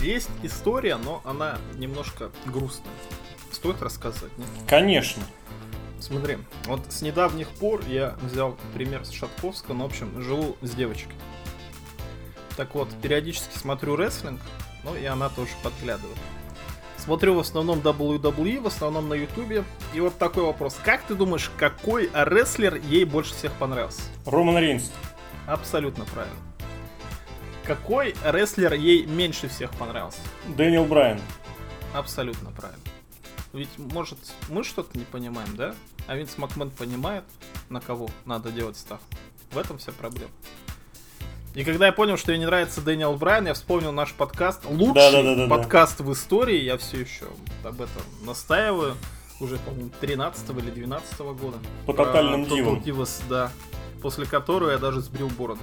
есть история, но она немножко грустная. Стоит рассказать, нет? Конечно. Смотри, вот с недавних пор я взял пример с Шатковска, но, в общем, живу с девочкой. Так вот, периодически смотрю рестлинг, ну и она тоже подглядывает. Смотрю в основном WWE, в основном на Ютубе. И вот такой вопрос. Как ты думаешь, какой рестлер ей больше всех понравился? Роман Рейнс. Абсолютно правильно. Какой рестлер ей меньше всех понравился? Дэниел Брайан. Абсолютно правильно. Ведь, может, мы что-то не понимаем, да? А Винс Макмен понимает, на кого надо делать ставку. В этом вся проблема. И когда я понял, что ей не нравится Дэниел Брайан, я вспомнил наш подкаст. Лучший подкаст в истории. Я все еще об этом настаиваю. Уже, по-моему, 13 или 12 года. По тотальным дивам. Да. После которого я даже сбрил бороду.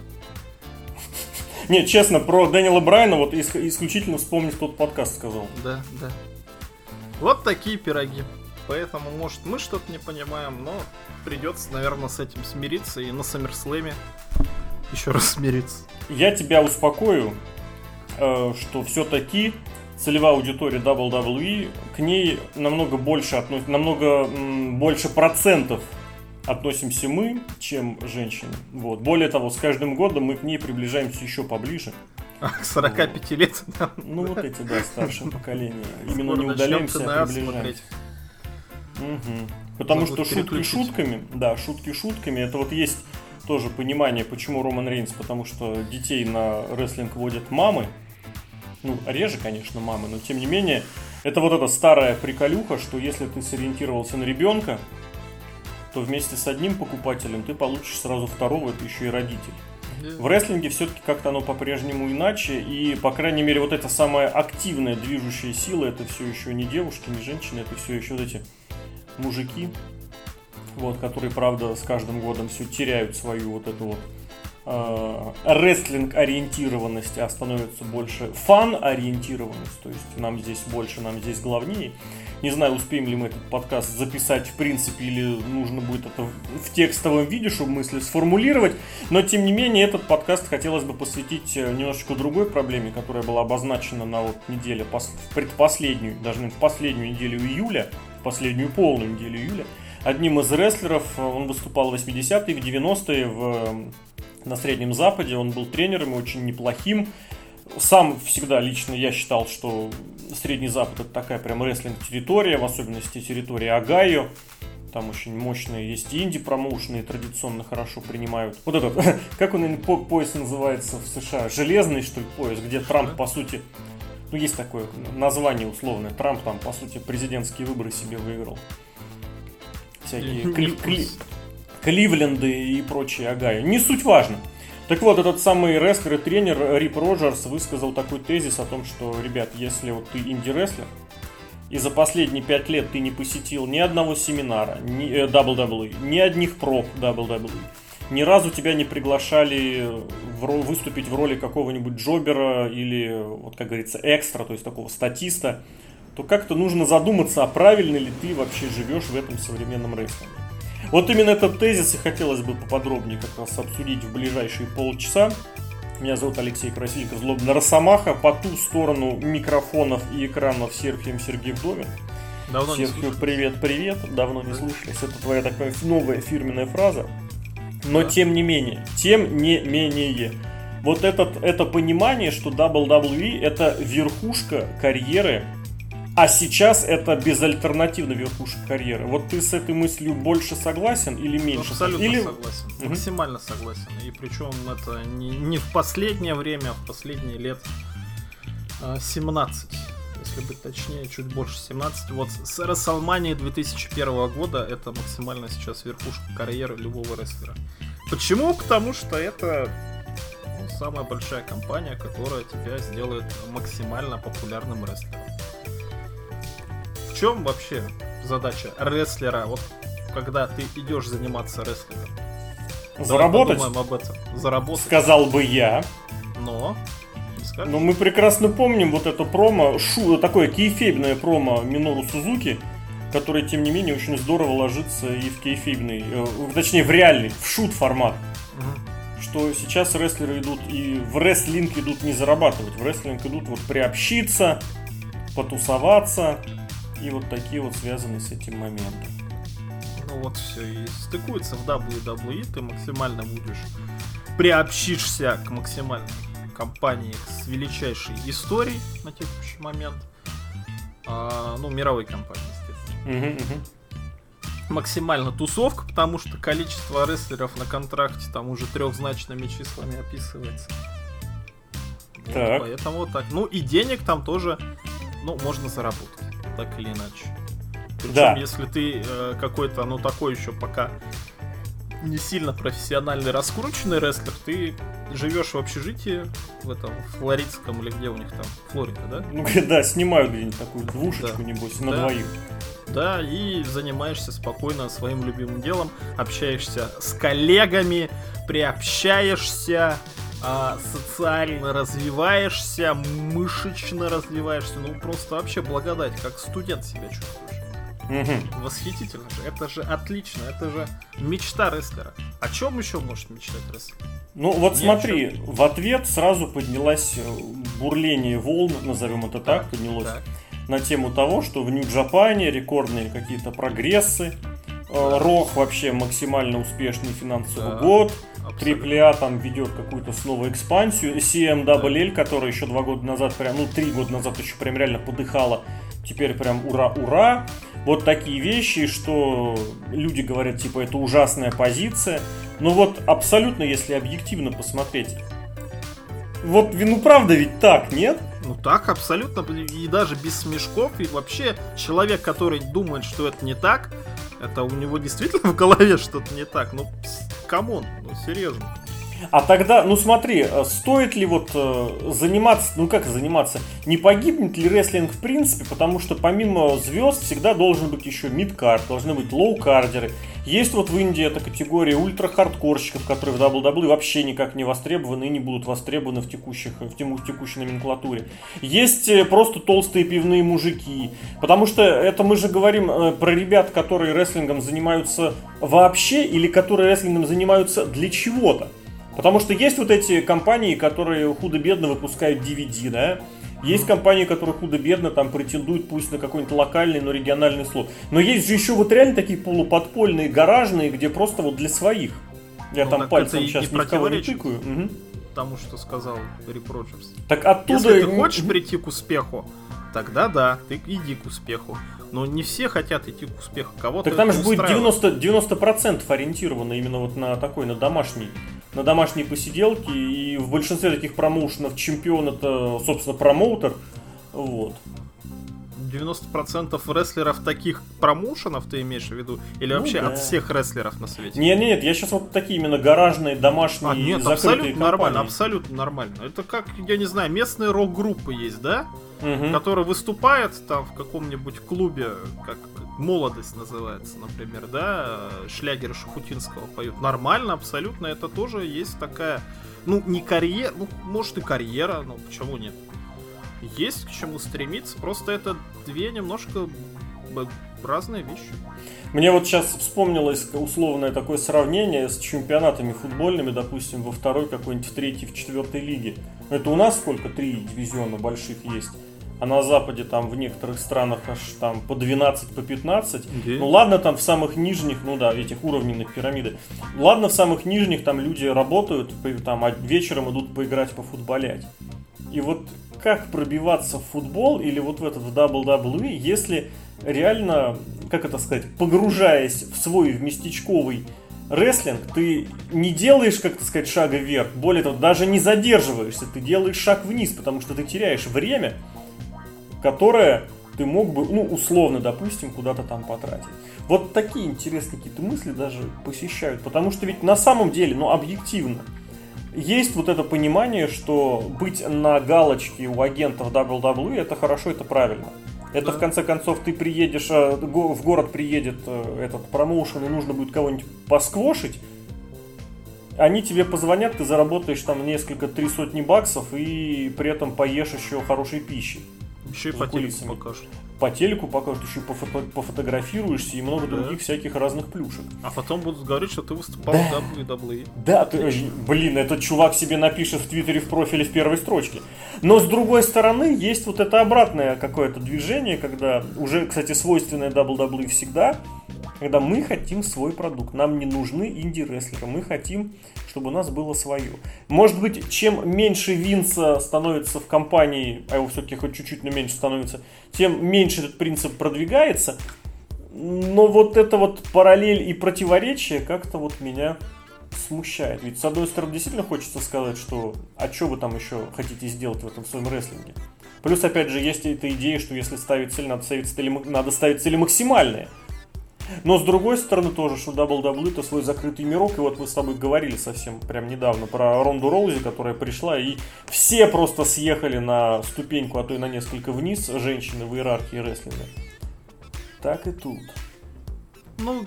Нет, честно, про Дэниела Брайана вот исключительно вспомнив тот подкаст сказал. Да. Вот такие пироги. Поэтому, может, мы что-то не понимаем, но придется, наверное, с этим смириться и на SummerSlam еще раз смириться. Я тебя успокою, что все-таки целевая аудитория WWE, к ней намного больше процентов относимся мы, чем женщины. Вот. Более того, с каждым годом мы к ней приближаемся еще поближе. К 45 лет? Ну вот эти, да, старшее поколение. Именно не удаляемся, а приближаемся. Угу. Потому что шутки шутками, это вот есть тоже понимание, почему Роман Рейнс, потому что детей на рестлинг водят мамы. Ну, реже, конечно, мамы, но тем не менее, это вот эта старая приколюха, что если ты сориентировался на ребенка, то вместе с одним покупателем ты получишь сразу второго, это еще и родитель. В рестлинге все-таки как-то оно по-прежнему иначе, и, по крайней мере, вот эта самая активная движущая сила, это все еще не девушки, не женщины, это все еще вот эти мужики, вот, которые, правда, с каждым годом все теряют свою вот эту вот рестлинг-ориентированность, а становится больше фан-ориентированность, то есть нам здесь больше, нам здесь главнее. Не знаю, успеем ли мы этот подкаст записать в принципе, или нужно будет это в текстовом виде, чтобы мысли сформулировать, но тем не менее этот подкаст хотелось бы посвятить немножечко другой проблеме, которая была обозначена на вот неделе, предпоследнюю, даже в последнюю неделю июля, последнюю полную неделю июля. Одним из рестлеров, он выступал в 80-е, в 90-е на Среднем Западе, он был тренером и очень неплохим. Сам всегда лично я считал, что Средний Запад это такая прям рестлинг-территория, в особенности территория Огайо. Там очень мощные есть инди-промоушены, традиционно хорошо принимают. Вот этот, как он пояс называется в США? Железный, что ли, пояс, где Трамп, по сути, ну есть такое название условное, Трамп там, по сути, президентские выборы себе выиграл. Всякие Кливленды и прочие Огайо. Не суть важно. Так вот, этот самый рестлер и тренер Рип Роджерс высказал такой тезис о том, что, ребят, если вот ты инди-рестлер, и за последние 5 лет ты не посетил ни одного семинара, WWE, ни одних проб WWE, ни разу тебя не приглашали выступить в роли какого-нибудь джобера или, вот как говорится, экстра, то есть такого статиста, то как-то нужно задуматься, а правильно ли ты вообще живешь в этом современном рестлинге. Вот именно этот тезис и хотелось бы поподробнее как раз обсудить в ближайшие полчаса. Меня зовут Алексей Красильников, Злобная Росомаха. По ту сторону микрофонов и экранов Серхием Сергей Вдовин. Давно Серхио, привет. Давно не слышались. Это твоя такая новая фирменная фраза. Но тем не менее, вот это понимание, что WWE это верхушка карьеры, а сейчас это безальтернативная верхушка карьеры. Вот ты с этой мыслью больше согласен или меньше? Абсолютно согласен. Максимально согласен. И причем это не в последнее время, а в последние лет 17. Если быть точнее, чуть больше 17. Вот с WrestleMania 2001 года это максимально сейчас верхушка карьеры любого рестлера. Почему? Потому что это самая большая компания, которая тебя сделает максимально популярным рестлером. В чем вообще задача рестлера, вот когда ты идешь заниматься рестлингом? Заработать? Давай подумаем об этом. Заработать. Сказал бы я. Но мы прекрасно помним вот это промо, такое кейфейбное промо Минору Сузуки, которое, тем не менее, очень здорово ложится и в кейфейбный, точнее в реальный, в шут формат. что сейчас рестлеры идут и в рестлинг идут не зарабатывать, в рестлинг идут вот приобщиться, потусоваться и вот такие вот связаны с этим моменты. Ну вот все и стыкуется в WWE, ты максимально будешь приобщишься к максимальной компании с величайшей историей на текущий момент. Ну, мировой компании, естественно. Максимально тусовка, потому что количество рестлеров на контракте там уже трехзначными числами описывается. Так. Вот, поэтому вот так. Ну и денег там тоже, ну, можно заработать, так или иначе. Причем, да. Если ты какой-то, ну, такой еще пока не сильно профессиональный, раскрученный рестлер, ты живешь в общежитии, в этом флоридском или где у них там, Флорида, да? Ну да, снимают где-нибудь такую двушечку, небось, на двоих. Да, и занимаешься спокойно своим любимым делом, общаешься с коллегами, приобщаешься, социально развиваешься, мышечно развиваешься. Ну, просто вообще благодать, как студент себя чувствуешь. Восхитительно же, это же отлично, это же мечта рестлера. О чем еще может мечтать рестлер? Ну вот смотри, в ответ сразу поднялось бурление волн, назовем это так, поднялось на тему того, что в Нью-Джапане рекордные какие-то прогрессы, Рох вообще максимально успешный финансовый год, AAA там ведет какую-то снова экспансию, CMLL, которая еще 2 года назад, прям, ну 3 года назад еще прям реально подыхала, теперь прям ура-ура. Вот такие вещи, что люди говорят, типа, это ужасная позиция. Но вот абсолютно, если объективно посмотреть, вот, ну правда ведь так, нет? Ну так, абсолютно. И даже без смешков. И вообще, человек, который думает, что это не так, это у него действительно в голове что-то не так. Ну, камон, ну серьезно. А тогда, ну смотри, стоит ли вот заниматься, ну как заниматься, не погибнет ли рестлинг в принципе, потому что помимо звезд всегда должен быть еще мидкард, должны быть лоукардеры. Есть вот в Индии эта категория ультра-хардкорщиков, которые в WWE вообще никак не востребованы и не будут востребованы в текущей номенклатуре. Есть просто толстые пивные мужики, потому что это мы же говорим про ребят, которые рестлингом занимаются вообще или которые рестлингом занимаются для чего-то. Потому что есть вот эти компании, которые худо-бедно выпускают DVD, да? Есть компании, которые худо-бедно там претендуют пусть на какой-нибудь локальный, но региональный слот. Но есть же еще вот реально такие полуподпольные, гаражные, где просто вот для своих. Я ну, там пальцем сейчас никого не тыкаю. Тому, что сказал Рип Роджерс. Так оттуда... Если ты хочешь прийти к успеху, тогда да, ты иди к успеху. Но не все хотят идти к успеху. Кого-то так там же будет 90% ориентировано именно вот на такой, на домашние посиделки. И в большинстве таких промоушенов чемпион это, собственно, промоутер. Вот. 90% рестлеров таких промоушенов ты имеешь в виду? Или ну, вообще от всех рестлеров на свете? Нет, я сейчас вот такие именно гаражные, домашние, нет, закрытые абсолютно компании. Нормально, абсолютно нормально. Это как, я не знаю, местные рок-группы есть, да? Которые выступают там в каком-нибудь клубе, как «Молодость» называется, например, да? Шлягеры Шахутинского поют. Нормально, абсолютно, это тоже есть такая, ну, не карьера, ну, может и карьера, но почему нет? Есть к чему стремиться, просто это две немножко разные вещи. Мне вот сейчас вспомнилось условное такое сравнение с чемпионатами футбольными, допустим, во второй какой-нибудь, в третьей, в четвертой лиге. Это у нас сколько? 3 дивизиона больших есть. А на Западе там в некоторых странах аж там по 12, по 15. Ну ладно, там в самых нижних, ну да, этих уровневых пирамиды. Ладно, в самых нижних там люди работают, там, а вечером идут поиграть, пофутболять. И вот как пробиваться в футбол или вот в этот в WWE, если реально, как это сказать, погружаясь в свой местечковый рестлинг, ты не делаешь, как сказать, шага вверх, более того, даже не задерживаешься, ты делаешь шаг вниз, потому что ты теряешь время, которое ты мог бы, ну, условно, допустим, куда-то там потратить. Вот такие интересные какие-то мысли даже посещают, потому что ведь на самом деле, ну, объективно, есть вот это понимание, что быть на галочке у агентов WWE это хорошо, это правильно. Это, в конце концов, ты приедешь, в город приедет этот промоушен, и нужно будет кого-нибудь посквошить. Они тебе позвонят, ты заработаешь там несколько 300 баксов и при этом поешь еще хорошей пищи. Еще и по телеку покажут. По телеку покажут, еще и пофотографируешься и много других всяких разных плюшек. А потом будут говорить, что ты выступал в WWE. Да, блин, этот чувак себе напишет в Твиттере в профиле в первой строчке. Но с другой стороны, есть вот это обратное какое-то движение, когда уже, кстати, свойственное WWE всегда, когда мы хотим свой продукт. Нам не нужны инди-рестлеры, мы хотим, чтобы у нас было свое. Может быть, чем меньше Винса становится в компании, а его все-таки хоть чуть-чуть, но меньше становится, тем меньше этот принцип продвигается. Но вот это вот параллель и противоречие как-то вот меня смущает. Ведь с одной стороны действительно хочется сказать, что а что вы там еще хотите сделать в этом своем рестлинге? Плюс опять же есть эта идея, что если ставить цель, надо ставить цели максимальные. Но с другой стороны тоже, что WWE это свой закрытый мирок. И вот мы с тобой говорили совсем прям недавно про Ронду Роузи, которая пришла, и все просто съехали на ступеньку, а то и на несколько вниз, женщины в иерархии рестлинга. Так и тут. Ну,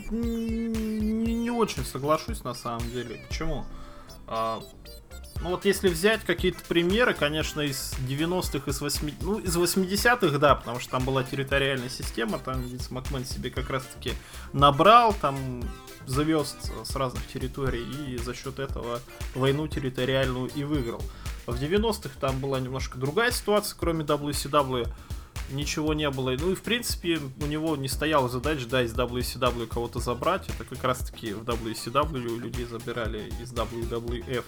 не очень соглашусь на самом деле. Почему? Ну вот если взять какие-то примеры, конечно, из 90-х, из 80-х, да, потому что там была территориальная система, там Винс Макмен себе как раз-таки набрал там звезд с разных территорий и за счет этого войну территориальную и выиграл. В 90-х там была немножко другая ситуация, кроме WCW, ничего не было. Ну и в принципе у него не стояла задача, да, из WCW кого-то забрать, это как раз-таки в WCW людей забирали из WWF.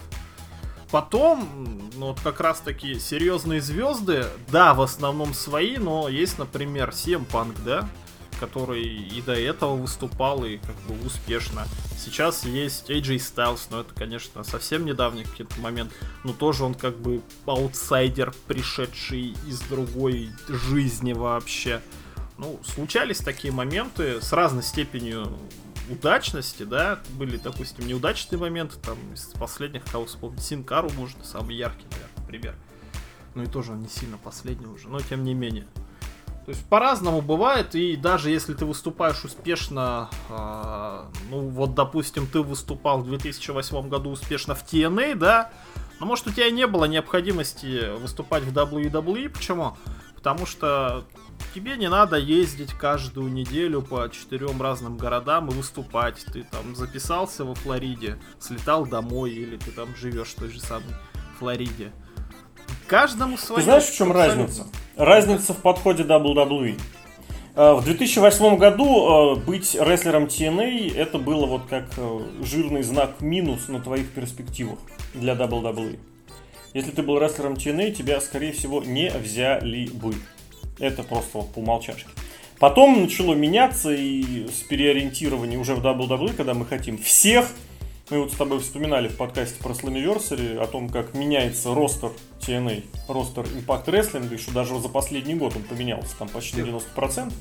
Потом, ну вот как раз таки серьезные звезды, да, в основном свои, но есть, например, CM Punk, да, который и до этого выступал, и как бы успешно. Сейчас есть AJ Styles, но это, конечно, совсем недавний какой-то момент, но тоже он как бы аутсайдер, пришедший из другой жизни вообще. Ну, случались такие моменты с разной степенью удачности, да, были, допустим, неудачные моменты, там, из последних, кого вспомнить, Син Кару, может, самый яркий, наверное, пример. Ну и тоже он не сильно последний уже, но тем не менее. То есть по-разному бывает, и даже если ты выступаешь успешно, ну вот, допустим, ты выступал в 2008 году успешно в TNA, да, но может у тебя не было необходимости выступать в WWE, почему? Потому что тебе не надо ездить каждую неделю по 4 разным городам и выступать. Ты там записался во Флориде, слетал домой, или ты там живешь в той же самой Флориде. Каждому свое. Ты знаешь, в чем разница? Разница в подходе WWE. В 2008 году быть рестлером TNA это было вот как жирный знак минус на твоих перспективах для WWE. Если ты был рестлером TNA, тебя, скорее всего, не взяли бы. Это просто вот по умолчашке. Потом начало меняться и с переориентирования уже в WWE, когда мы хотим всех. Мы вот с тобой вспоминали в подкасте про Slammiversary о том, как меняется ростер TNA, ростер Impact Wrestling, еще даже за последний год он поменялся, там почти 90%.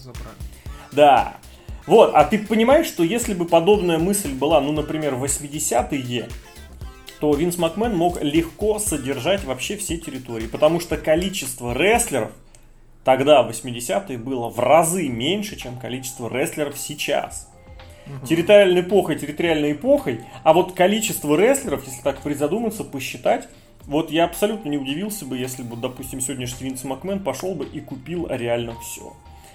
Да. Вот, а ты понимаешь, что если бы подобная мысль была, ну, например, в 80-е, то Винс Макмен мог легко содержать вообще все территории, потому что количество рестлеров тогда, в 80-е, было в разы меньше, чем количество рестлеров сейчас. Территориальной эпохой, а вот количество рестлеров, если так призадуматься, посчитать, вот я абсолютно не удивился бы, если бы, допустим, сегодняшний Винс Макмен пошел бы и купил реально все.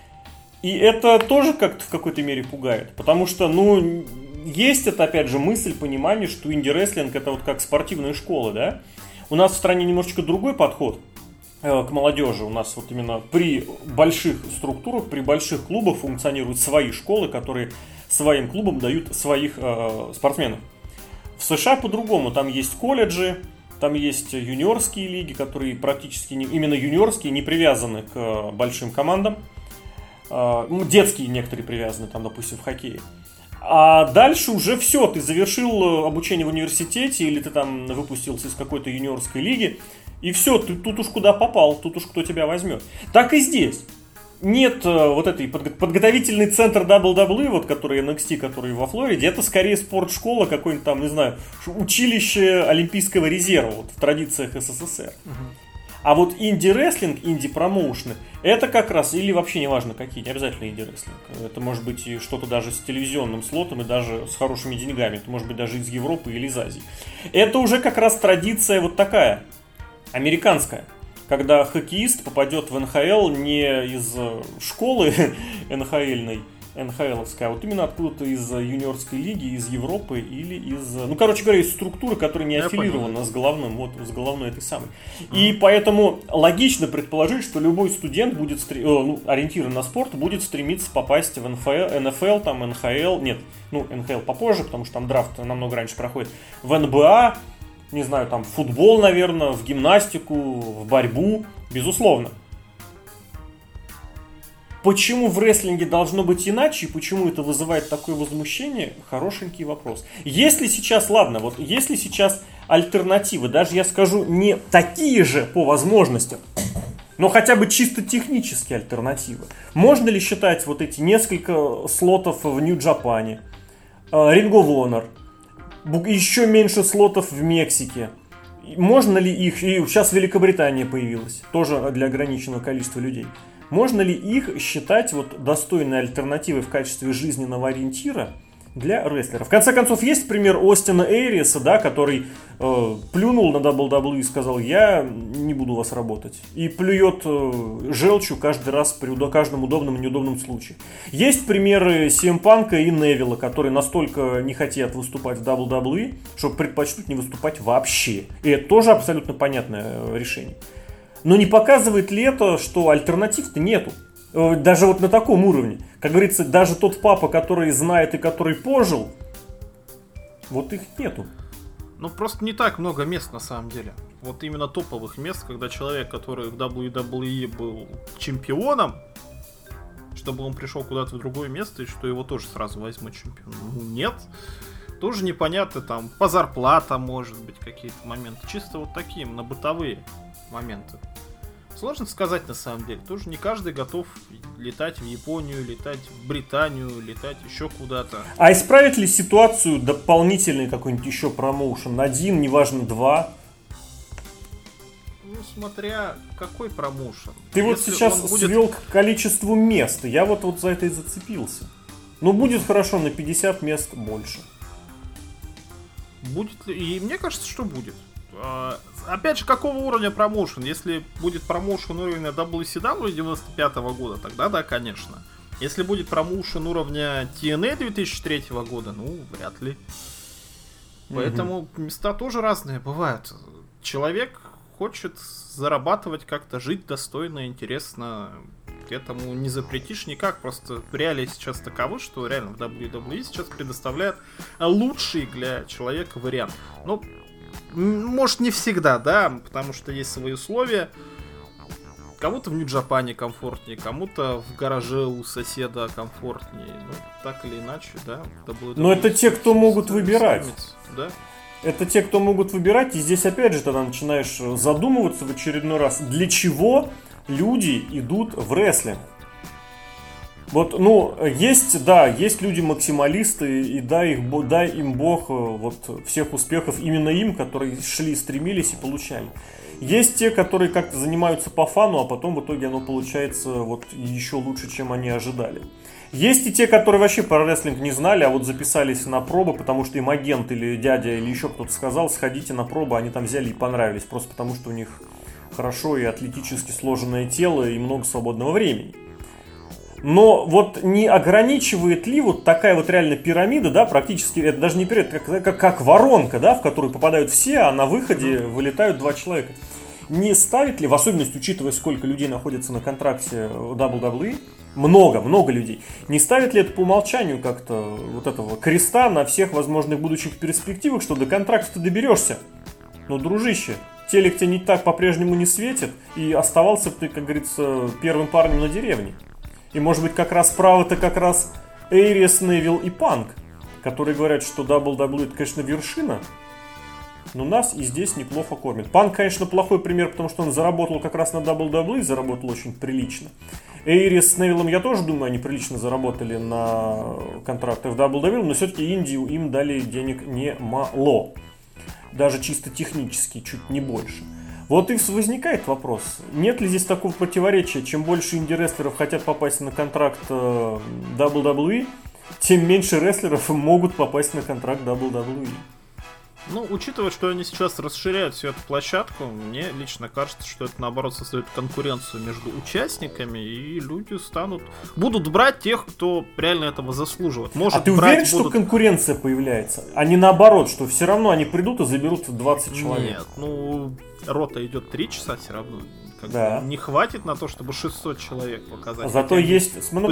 И это тоже как-то в какой-то мере пугает, потому что, ну, есть это, опять же, мысль, понимание, что инди-рестлинг это вот как спортивная школа, да? У нас в стране немножечко другой подход к молодежи. У нас вот именно при больших структурах, при больших клубах функционируют свои школы, которые своим клубам дают своих спортсменов. В США по-другому. Там есть колледжи, там есть юниорские лиги, которые практически именно юниорские, не привязаны к большим командам. Детские некоторые привязаны, там, допустим, в хоккее. А дальше уже все, ты завершил обучение в университете или ты там выпустился из какой-то юниорской лиги, и все, ты тут уж куда попал, тут уж кто тебя возьмет. Так и здесь. Нет вот этой подготовительный центр WWE, вот который NXT, который во Флориде, это скорее спортшкола, какой-нибудь там, не знаю, училище Олимпийского резерва, вот в традициях СССР. А вот инди-рестлинг, инди-промоушены, это как раз, или вообще неважно какие, не обязательно инди-рестлинг. Это может быть и что-то даже с телевизионным слотом и даже с хорошими деньгами. Это может быть даже из Европы или из Азии. Это уже как раз традиция вот такая, американская. когда хоккеист попадет в НХЛ не из школы НХЛовской, а вот именно откуда-то из юниорской лиги, из Европы или из... Ну, короче говоря, из структуры, которая не аффилирована с головным, вот, с головной этой самой. И поэтому логично предположить, что любой студент будет, ориентирован на спорт, будет стремиться попасть в НФЛ, там, НХЛ, нет, НХЛ попозже, потому что там драфт намного раньше проходит, в НБА, не знаю, там, в футбол, наверное, в гимнастику, в борьбу, безусловно. Почему в рестлинге должно быть иначе и почему это вызывает такое возмущение? Хорошенький вопрос. Если сейчас альтернативы, даже я скажу не такие же по возможностям, но хотя бы чисто технические альтернативы. Можно ли считать вот эти несколько слотов в Нью-Джапане, Ring of Honor, еще меньше слотов в Мексике? Можно ли их, и сейчас Великобритания появилась, тоже для ограниченного количества людей. Можно ли их считать вот достойной альтернативой в качестве жизненного ориентира для рестлера? В конце концов, есть пример Остина Эйриса, да, который плюнул на WWE и сказал: я не буду у вас работать. И плюет желчью каждый раз при каждом удобном и неудобном случае. Есть примеры CM Punk'а и Невилла, которые настолько не хотят выступать в WWE, что предпочтут не выступать вообще. И это тоже абсолютно понятное решение. Но не показывает ли это, что альтернатив-то нету? Даже вот на таком уровне. Как говорится, даже тот папа, который знает и который пожил, вот их нету. Ну, просто не так много мест на самом деле. Вот именно топовых мест, когда человек, который в WWE был чемпионом, чтобы он пришел куда-то в другое место, и что его тоже сразу возьмут чемпионом. Нет. Тоже непонятно, там, по зарплатам, может быть, какие-то моменты. Чисто вот такие, на бытовые моменты. Сложно сказать на самом деле. Тоже не каждый готов летать в Японию, летать в Британию, летать еще куда-то. А исправит ли ситуацию дополнительный какой-нибудь еще промоушен? Один, неважно, два? Ну, смотря какой промоушен. Ты вот сейчас свел к количеству мест. Я вот за это и зацепился. Ну, будет хорошо, на 50 мест больше. Будет ли? И мне кажется, что будет. Опять же, какого уровня промоушен? Если будет промоушен уровня WCW 95 года, тогда да, конечно. Если будет промоушен уровня TNA 2003 года, ну, вряд ли. Поэтому места тоже разные бывают. Человек хочет зарабатывать как-то, жить достойно, интересно. Этому не запретишь никак. Просто реалии сейчас таковы, что реально в WWE сейчас предоставляет лучший для человека вариант. Ну, может, не всегда, да, потому что есть свои условия. Кому-то в Нью-Джапане комфортнее, кому-то в гараже у соседа комфортнее. Ну, так или иначе, да. Но это те, кто могут выбирать. Да? Это те, кто могут выбирать. И здесь опять же тогда начинаешь задумываться в очередной раз, для чего люди идут в рестлинг. Вот, есть люди-максималисты, и дай им Бог вот всех успехов именно им, которые шли, стремились и получали. Есть те, которые как-то занимаются по фану, а потом в итоге оно получается вот еще лучше, чем они ожидали. Есть и те, которые вообще про рестлинг не знали, а вот записались на пробы, потому что им агент или дядя или еще кто-то сказал: сходите на пробы, они там взяли и понравились, просто потому что у них хорошо и атлетически сложенное тело и много свободного времени. Но вот не ограничивает ли вот такая вот реально пирамида, да, практически, это даже не пирамида, как воронка, да, в которую попадают все, а на выходе вылетают два человека. Не ставит ли, в особенности учитывая, сколько людей находится на контракте WWE, много людей, не ставит ли это по умолчанию как-то вот этого креста на всех возможных будущих перспективах, что до контракта ты доберешься? Но, дружище, телек тебе не так по-прежнему не светит, и оставался бы ты, как говорится, первым парнем на деревне. И может быть как раз право-то как раз Эйрис, Невилл и Панк, которые говорят, что WWE это, конечно, вершина, но нас и здесь неплохо кормят. Панк, конечно, плохой пример, потому что он заработал как раз на WWE, заработал очень прилично. Эйрис с Невиллом, я тоже думаю, они прилично заработали на контрактах в WWE, но все-таки Индию им дали денег немало. Даже чисто технически, чуть не больше. Вот и возникает вопрос, нет ли здесь такого противоречия, чем больше инди-рестлеров хотят попасть на контракт WWE, тем меньше рестлеров могут попасть на контракт WWE. Ну, учитывая, что они сейчас расширяют всю эту площадку, мне лично кажется, что это, наоборот, создает конкуренцию между участниками, и люди будут брать тех, кто реально этого заслуживает. Может, ты уверен, что конкуренция появляется? А не наоборот, что все равно они придут и заберут 20 человек? Нет, ну, рота идет 3 часа все равно. Да. Не хватит на то, чтобы 600 человек показать. Зато есть,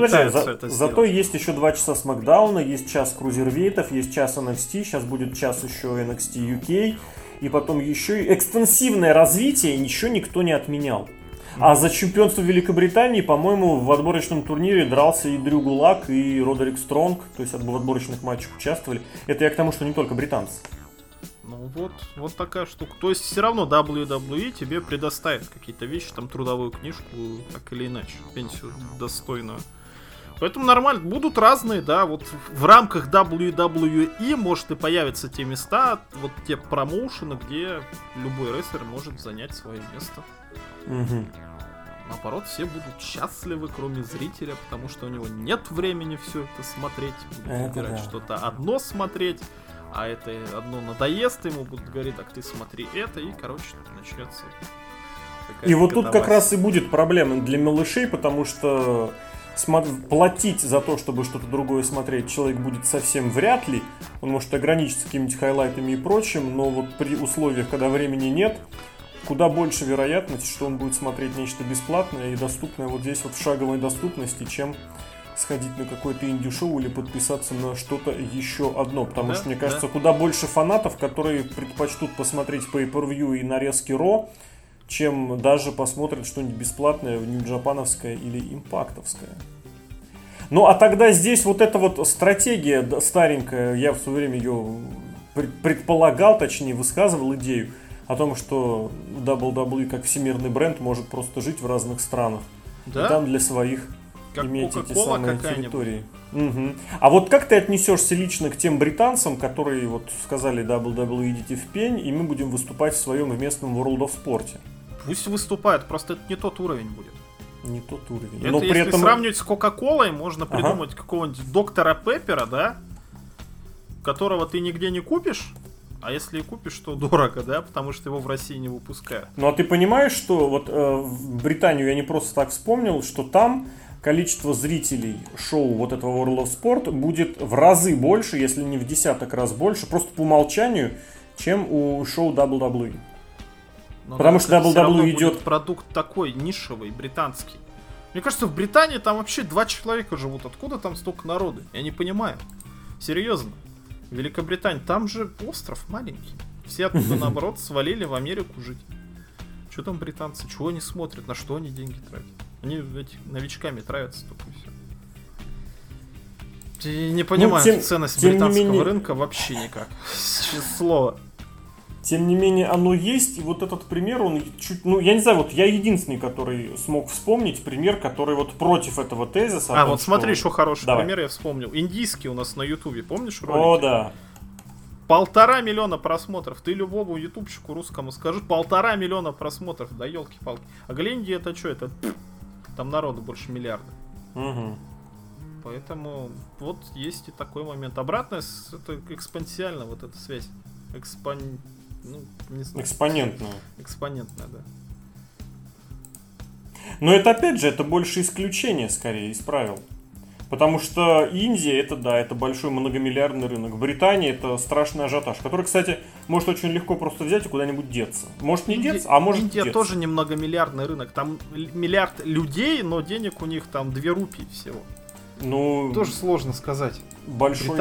зато есть еще 2 часа Смакдауна, есть час крузервейтов, есть час NXT, сейчас будет час еще NXT UK, и потом еще и экстенсивное развитие ничего никто не отменял. А за чемпионство Великобритании, по-моему, в отборочном турнире дрался и Дрю Гулак, и Родерик Стронг, то есть в отборочных матчах участвовали. Это я к тому, что не только британцы. Ну вот такая штука. То есть все равно WWE тебе предоставит какие-то вещи, там трудовую книжку, так или иначе, пенсию достойную. Поэтому нормально. Будут разные, да, вот в рамках WWE может и появятся те места, вот те промоушены, где любой рестлер может занять свое место. Угу. Наоборот, все будут счастливы, кроме зрителя, потому что у него нет времени все это смотреть. Будет выбирать что-то одно смотреть. А это одно надоест, ему будут говорить, так ты смотри это, и, короче, начнется. И вот тут как раз и будет проблема для малышей, потому что платить за то, чтобы что-то другое смотреть, человек будет совсем вряд ли. Он может ограничиться какими-нибудь хайлайтами и прочим, но вот при условиях, когда времени нет, куда больше вероятность, что он будет смотреть нечто бесплатное и доступное вот здесь вот в шаговой доступности, чем сходить на какое-то инди-шоу или подписаться на что-то еще одно. Потому что, мне кажется, куда больше фанатов, которые предпочтут посмотреть pay-per-view и нарезки Ро, чем даже посмотрят что-нибудь бесплатное, нью-джапановское или импактовское. Ну, а тогда здесь вот эта вот стратегия старенькая, я в свое время ее предполагал, точнее высказывал идею о том, что WWE как всемирный бренд может просто жить в разных странах. Да? И там для своих как иметь Coca-Cola эти самые территории. Угу. А вот как ты отнесешься лично к тем британцам, которые вот сказали WWE идите в пень, и мы будем выступать в своем местном World of Sport? Пусть выступают, просто это не тот уровень будет. Не тот уровень. Это, но если при этом сравнивать с Кока-Колой, можно придумать какого-нибудь доктора Пеппера, да, которого ты нигде не купишь. А если и купишь, то дорого, да, потому что его в России не выпускают. Ну а ты понимаешь, что вот в Британию я не просто так вспомнил, что там количество зрителей шоу вот этого World of Sport будет в разы больше, если не в десяток раз больше, просто по умолчанию, чем у шоу WWE. Но потому что WWE идет... продукт такой нишевый, британский. Мне кажется, в Британии там вообще 2 человека живут. Откуда там столько народу? Я не понимаю. Серьезно. Великобритания, там же остров маленький. Все оттуда, наоборот, свалили в Америку жить. Что там британцы? Чего они смотрят? На что они деньги тратят? Они новичками травятся только и все. Я не понимаю ценность британского рынка вообще никак. Слово. Тем не менее, оно есть, и вот этот пример, он чуть, ну, я не знаю, вот я единственный, который смог вспомнить пример, который вот против этого тезиса. А, вот смотри, что хороший пример я вспомнил. Индийский у нас на ютубе, помнишь ролики? О, да. 1,5 миллиона просмотров. Ты любому ютубчику русскому скажи, 1,5 миллиона просмотров, да елки-палки. А Глинди это что, это там народу больше миллиарда. Угу. Поэтому вот есть и такой момент. Обратная, это экспоненциально вот эта связь. Ну, не знаю. Экспонентная, да. Но это опять же, это больше исключение скорее из правил. Потому что Индия, это да, это большой многомиллиардный рынок. Британия это страшный ажиотаж, который, кстати, может очень легко просто взять и куда-нибудь деться. Может не деться, а может Индия деться. Тоже не многомиллиардный рынок. Там миллиард людей, но денег у них там 2 рупии всего. Ну, тоже сложно сказать. Большой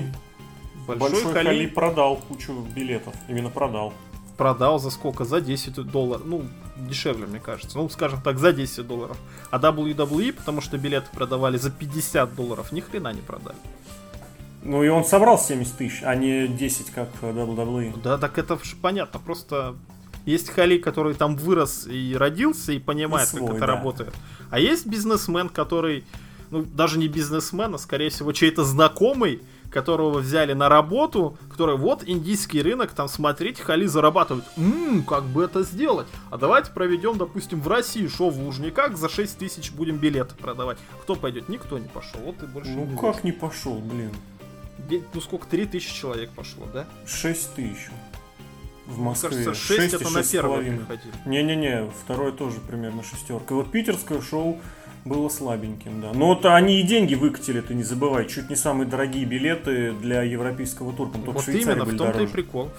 Хали продал кучу билетов. Именно продал. Продал за сколько? За $10. Ну, дешевле, мне кажется. Ну, скажем так, за $10. А WWE, потому что билеты продавали за $50, ни хрена не продали. Ну и он собрал 70 тысяч, а не 10, как WWE. Да, так это понятно. Просто есть Хали, который там вырос и родился, и понимает, как это работает. А есть бизнесмен, который... Ну, даже не бизнесмен, а скорее всего чей-то знакомый, которого взяли на работу, который вот индийский рынок, там смотрите, Хали зарабатывают. Как бы это сделать? А давайте проведем, допустим, в России шоу в Лужниках, за 6 тысяч будем билеты продавать. Кто пойдет? Никто не пошел. Вот и больше не как не пошел, блин. Ну сколько, 3000 человек пошло, да? 6000. В Москве. Мне кажется, 6 это на первое приходили. Не-не-не, второе тоже примерно шестерка. Вот питерское шоу было слабеньким, да. Но вот они и деньги выкатили, ты не забывай. Чуть не самые дорогие билеты для европейского тура. Вот именно, в том-то и прикол.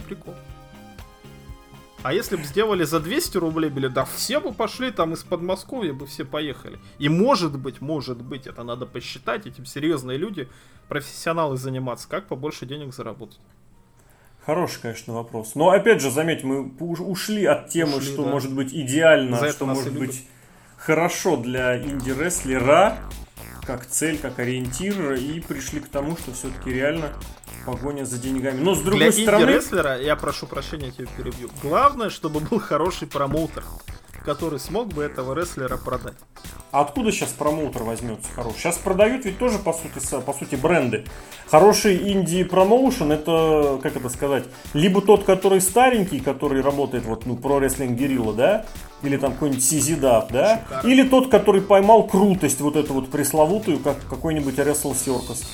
А если бы сделали за 200 рублей билет, да все бы пошли там из Подмосковья, бы все поехали. И может быть, это надо посчитать, этим серьезные люди, профессионалы заниматься, как побольше денег заработать. Хороший, конечно, вопрос. Но опять же, заметь, мы ушли от темы, что может быть идеально, что может быть хорошо для инди-рестлера, как цель, как ориентир, и пришли к тому, что все-таки реально погоня за деньгами. Но с другой стороны... Для инди-рестлера, я прошу прощения, я тебя перебью, главное, чтобы был хороший промоутер, который смог бы этого рестлера продать. А откуда сейчас промоутер возьмется хороший? Сейчас продают ведь тоже, по сути, бренды. Хороший инди-промоушен, это, как это сказать, либо тот, который старенький, который работает, вот, ну, Pro Wrestling Guerrilla, да? Или там какой-нибудь CZ Dub, да? Шикарно. Или тот, который поймал крутость вот эту вот пресловутую, как какой-нибудь Wrestle Circus.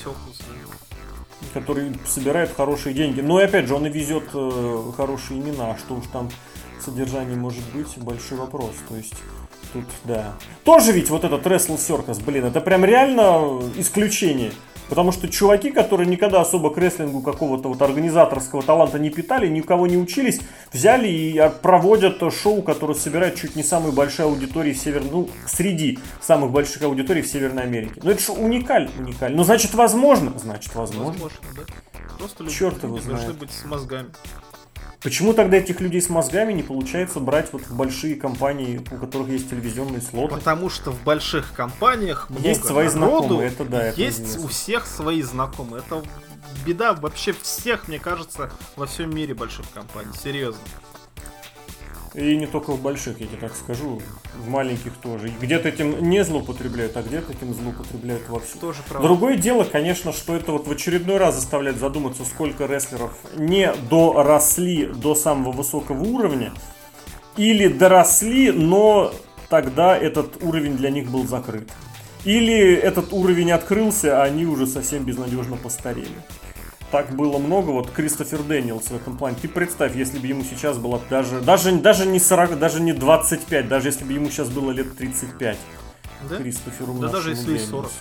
Который собирает хорошие деньги. Но и опять же, он и везет хорошие имена. Что уж там содержание может быть, большой вопрос. То есть, тут, да. Тоже ведь вот этот Wrestle Circus, блин, это прям реально исключение. Потому что чуваки, которые никогда особо к рестлингу какого-то вот организаторского таланта не питали, ни у кого не учились, взяли и проводят шоу, которое собирает чуть не самую большую аудиторию среди самых больших аудиторий в Северной Америке. Ну это же уникально. Ну значит возможно. Да. Просто Черт люди его знает. должны быть с мозгами. Почему тогда этих людей с мозгами не получается брать вот в большие компании, у которых есть телевизионные слоты? Потому что в больших компаниях много есть свои народу, знакомые, это да. есть это у всех свои знакомые. Это беда вообще всех, мне кажется, во всем мире больших компаний. Серьезно. И не только в больших, я тебе так скажу, в маленьких тоже. И где-то этим не злоупотребляют, а где-то этим злоупотребляют вовсю. Тоже правда. Другое дело, конечно, что это вот в очередной раз заставляет задуматься, сколько рестлеров не доросли до самого высокого уровня, или доросли, но тогда этот уровень для них был закрыт. Или этот уровень открылся, а они уже совсем безнадежно постарели. Так было много. Вот Кристофер Дэниелс в этом плане. Ты представь, если бы ему сейчас было даже не 40, даже не 25, даже если бы ему сейчас было лет 35. Да? Кристоферу Да даже если и 40.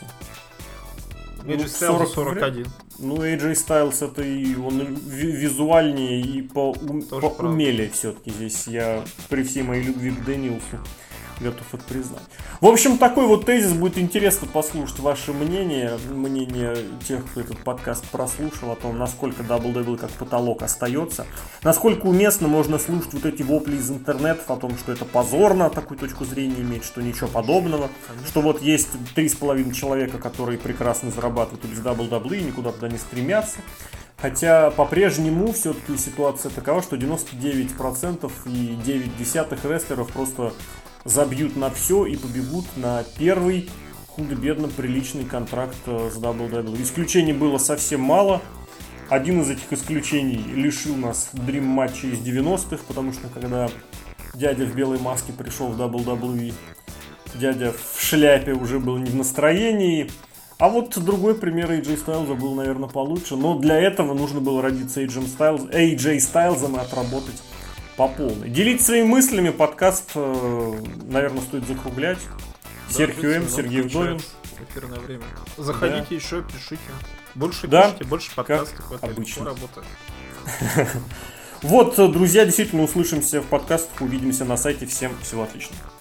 Ну, 40, 41. Ну, AJ Styles это и он визуальнее и поумелее все-таки. Здесь я при всей моей любви к Дэниелсу готов это признать. В общем, такой вот тезис. Будет интересно послушать ваше мнение тех, кто этот подкаст прослушал, о том, насколько WWE как потолок остается, насколько уместно можно слушать вот эти вопли из интернета о том, что это позорно, такую точку зрения иметь, что ничего подобного, что вот есть 3,5 человека, которые прекрасно зарабатывают без WWE и никуда туда не стремятся. Хотя по-прежнему все-таки ситуация такова, что 99% и 0,9 рестлеров просто забьют на все и побегут на первый худо-бедно приличный контракт с WWE. Исключений было совсем мало. Один из этих исключений лишил нас дрим-матча из 90-х, потому что когда дядя в белой маске пришел в WWE, дядя в шляпе уже был не в настроении. А вот другой пример AJ Styles был, наверное, получше. Но для этого нужно было родиться AJ Styles и отработать по полной. Делить своими мыслями подкаст, наверное, стоит закруглять. Да, Серхио М, Сергей Вдовин. Эфирное время. Заходите еще, пишите. Больше да, пишите, больше подкастов. Как обычно. Работает. Вот, друзья, действительно услышимся в подкастах, увидимся на сайте. Всем всего отличного.